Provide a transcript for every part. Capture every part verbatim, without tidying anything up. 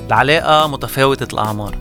العلاقة متفاوتة الأعمار.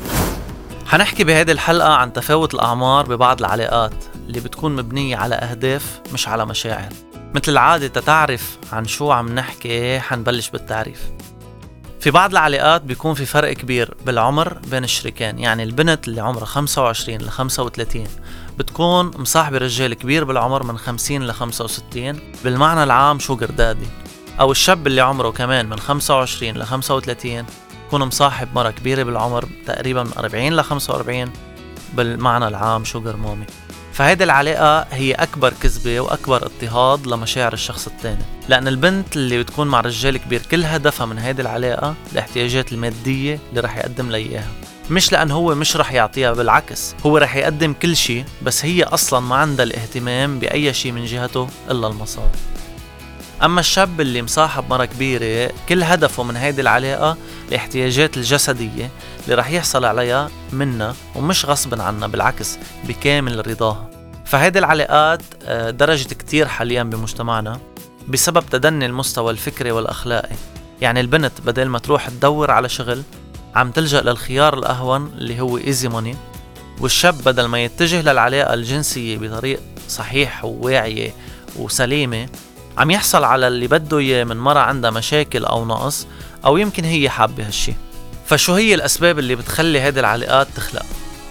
حنحكي بهذه الحلقة عن تفاوت الأعمار ببعض العلاقات اللي بتكون مبنية على أهداف مش على مشاعر. مثل العادة تتعرف عن شو عم نحكي حنبلش بالتعريف. في بعض العلاقات بيكون في فرق كبير بالعمر بين الشريكين، يعني البنت اللي عمرها خمسة وعشرين ل خمسة وثلاثين بتكون مصاحبة رجال كبير بالعمر من خمسين ل خمسة وستين، بالمعنى العام شوغر دادي. أو الشاب اللي عمره كمان من خمسة وعشرين ل خمسة وثلاثين بيكون مصاحب مرة كبيرة بالعمر تقريبا من أربعين ل خمسة وأربعين، بالمعنى العام شوغر مومي. فهيدي العلاقة هي أكبر كذبة وأكبر اضطهاد لمشاعر الشخص الثاني، لأن البنت اللي بتكون مع رجال كبير كل هدفها من هيدي العلاقة الاحتياجات المادية اللي رح يقدم لها إياها، مش لأن هو مش رح يعطيها، بالعكس هو رح يقدم كل شيء، بس هي أصلا ما عندها الاهتمام بأي شيء من جهته إلا المصاري. أما الشاب اللي مصاحب مرة كبيرة كل هدفه من هيدي العلاقة الاحتياجات الجسدية اللي رح يحصل عليها منها ومش غصبا عنها، بالعكس بكامل رضاها. فهيدي العلاقات درجت كتير حاليا بمجتمعنا بسبب تدني المستوى الفكري والأخلاقي. يعني البنت بدل ما تروح تدور على شغل عم تلجأ للخيار الأهون اللي هو ايزي موني، والشاب بدل ما يتجه للعلاقة الجنسية بطريق صحيح وواعية وسليمة عم يحصل على اللي بده إياه من مرة عندها مشاكل أو نقص، أو يمكن هي حابة هالشي. فشو هي الأسباب اللي بتخلي هذه العلاقات تخلق؟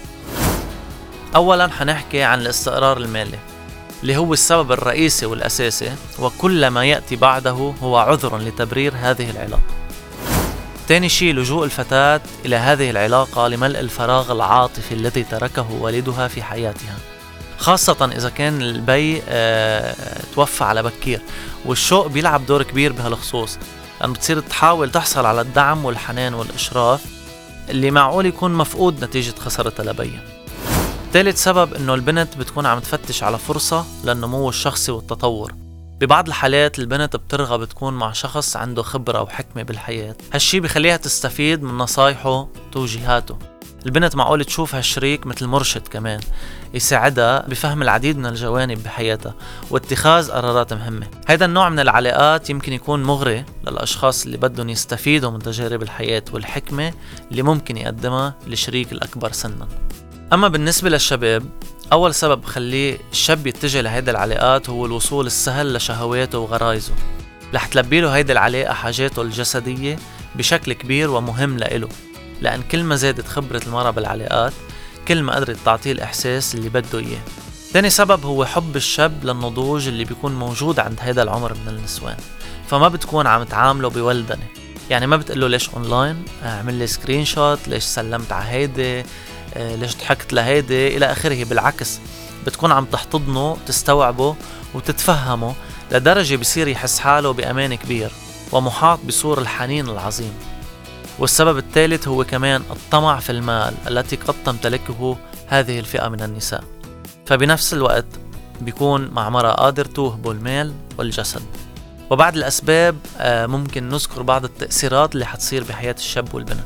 أولاً حنحكي عن الاستقرار المالي اللي هو السبب الرئيسي والأساسي، وكل ما يأتي بعده هو عذر لتبرير هذه العلاقة. تاني شيء لجوء الفتاة إلى هذه العلاقة لملء الفراغ العاطفي الذي تركه والدها في حياتها، خاصة إذا كان البي اه توفى على بكير، والشوق بيلعب دور كبير بهالخصوص، لأن بتصير تحاول تحصل على الدعم والحنان والإشراف اللي معقول يكون مفقود نتيجة خسارتها لبيها. ثالث سبب إنه البنت بتكون عم تفتش على فرصة للنمو الشخصي والتطور. ببعض الحالات البنت بترغب تكون مع شخص عنده خبرة وحكمة بالحياة، هالشي بخليها تستفيد من نصايحه وتوجيهاته. البنت معقول تشوف هالشريك مثل مرشد كمان يساعدها بفهم العديد من الجوانب بحياتها واتخاذ قرارات مهمة. هذا النوع من العلاقات يمكن يكون مغري للأشخاص اللي بدهم يستفيدوا من تجارب الحياة والحكمة اللي ممكن يقدمها الشريك الأكبر سنا. أما بالنسبة للشباب، أول سبب خليه الشاب يتجه لهيدا العلاقات هو الوصول السهل لشهواته وغرايزه. رح تلبي له هيدا العلاقة حاجاته الجسدية بشكل كبير ومهم لإله، لأن كل ما زادت خبرة المرأة بالعلاقات كل ما قدرت تعطيه الإحساس اللي بده إياه. تاني سبب هو حب الشاب للنضوج اللي بيكون موجود عند هيدا العمر من النسوان، فما بتكون عم تعامله بولدنة. يعني ما بتقله ليش أونلاين، اعمل لي سكرين شوت، ليش سلمت على هيدي، ليش ضحكت لهيدي إلى آخره. بالعكس بتكون عم تحتضنه، تستوعبه وتتفهمه لدرجة بيصير يحس حاله بأمان كبير ومحاط بسور الحنين العظيم. والسبب الثالث هو كمان الطمع في المال التي قد تمتلكه هذه الفئة من النساء، فبنفس الوقت بيكون مع مرأة قادر توهبه المال والجسد. وبعد الأسباب ممكن نذكر بعض التأثيرات اللي حتصير بحياة الشاب والبنت.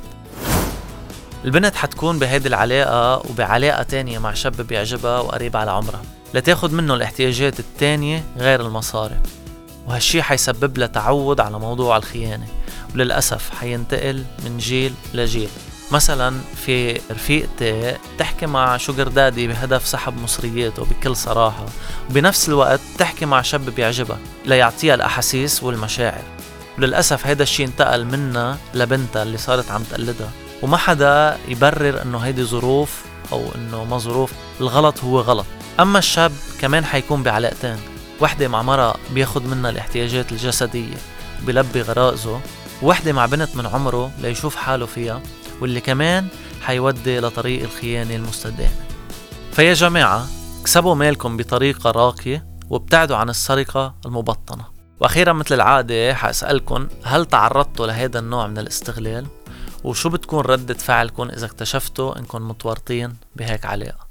البنت حتكون بهذه العلاقة وبعلاقة تانية مع شاب بيعجبها وقريب على عمرها لتاخد منه الاحتياجات التانية غير المصاري، وهالشي حيسبب لها تعود على موضوع الخيانة، وللأسف حينتقل من جيل لجيل. مثلا في رفيقتي تحكي مع شوغر دادي بهدف سحب مصرياته بكل صراحة، وبنفس الوقت تحكي مع شاب بيعجبها ليعطيها الأحاسيس والمشاعر، وللأسف هيدا الشي انتقل منها لبنتها اللي صارت عم تقلدها، وما حدا يبرر انه هيدي ظروف او انه ما ظروف، الغلط هو غلط. اما الشاب كمان حيكون بعلاقتين، وحدة مع مرأة بياخد منها الاحتياجات الجسدية وبيلبي غرائزه، ووحدة مع بنت من عمره ليشوف حاله فيها، واللي كمان حيودي لطريق الخيانة المستدامة. فيا جماعة اكسبوا مالكم بطريقة راقية وابتعدوا عن السرقة المبطنة. واخيرا مثل العادة حاسألكم، هل تعرضتوا لهذا النوع من الاستغلال؟ وشو بتكون ردة فعلكم إذا اكتشفتوا إنكم متورطين بهيك علاقة؟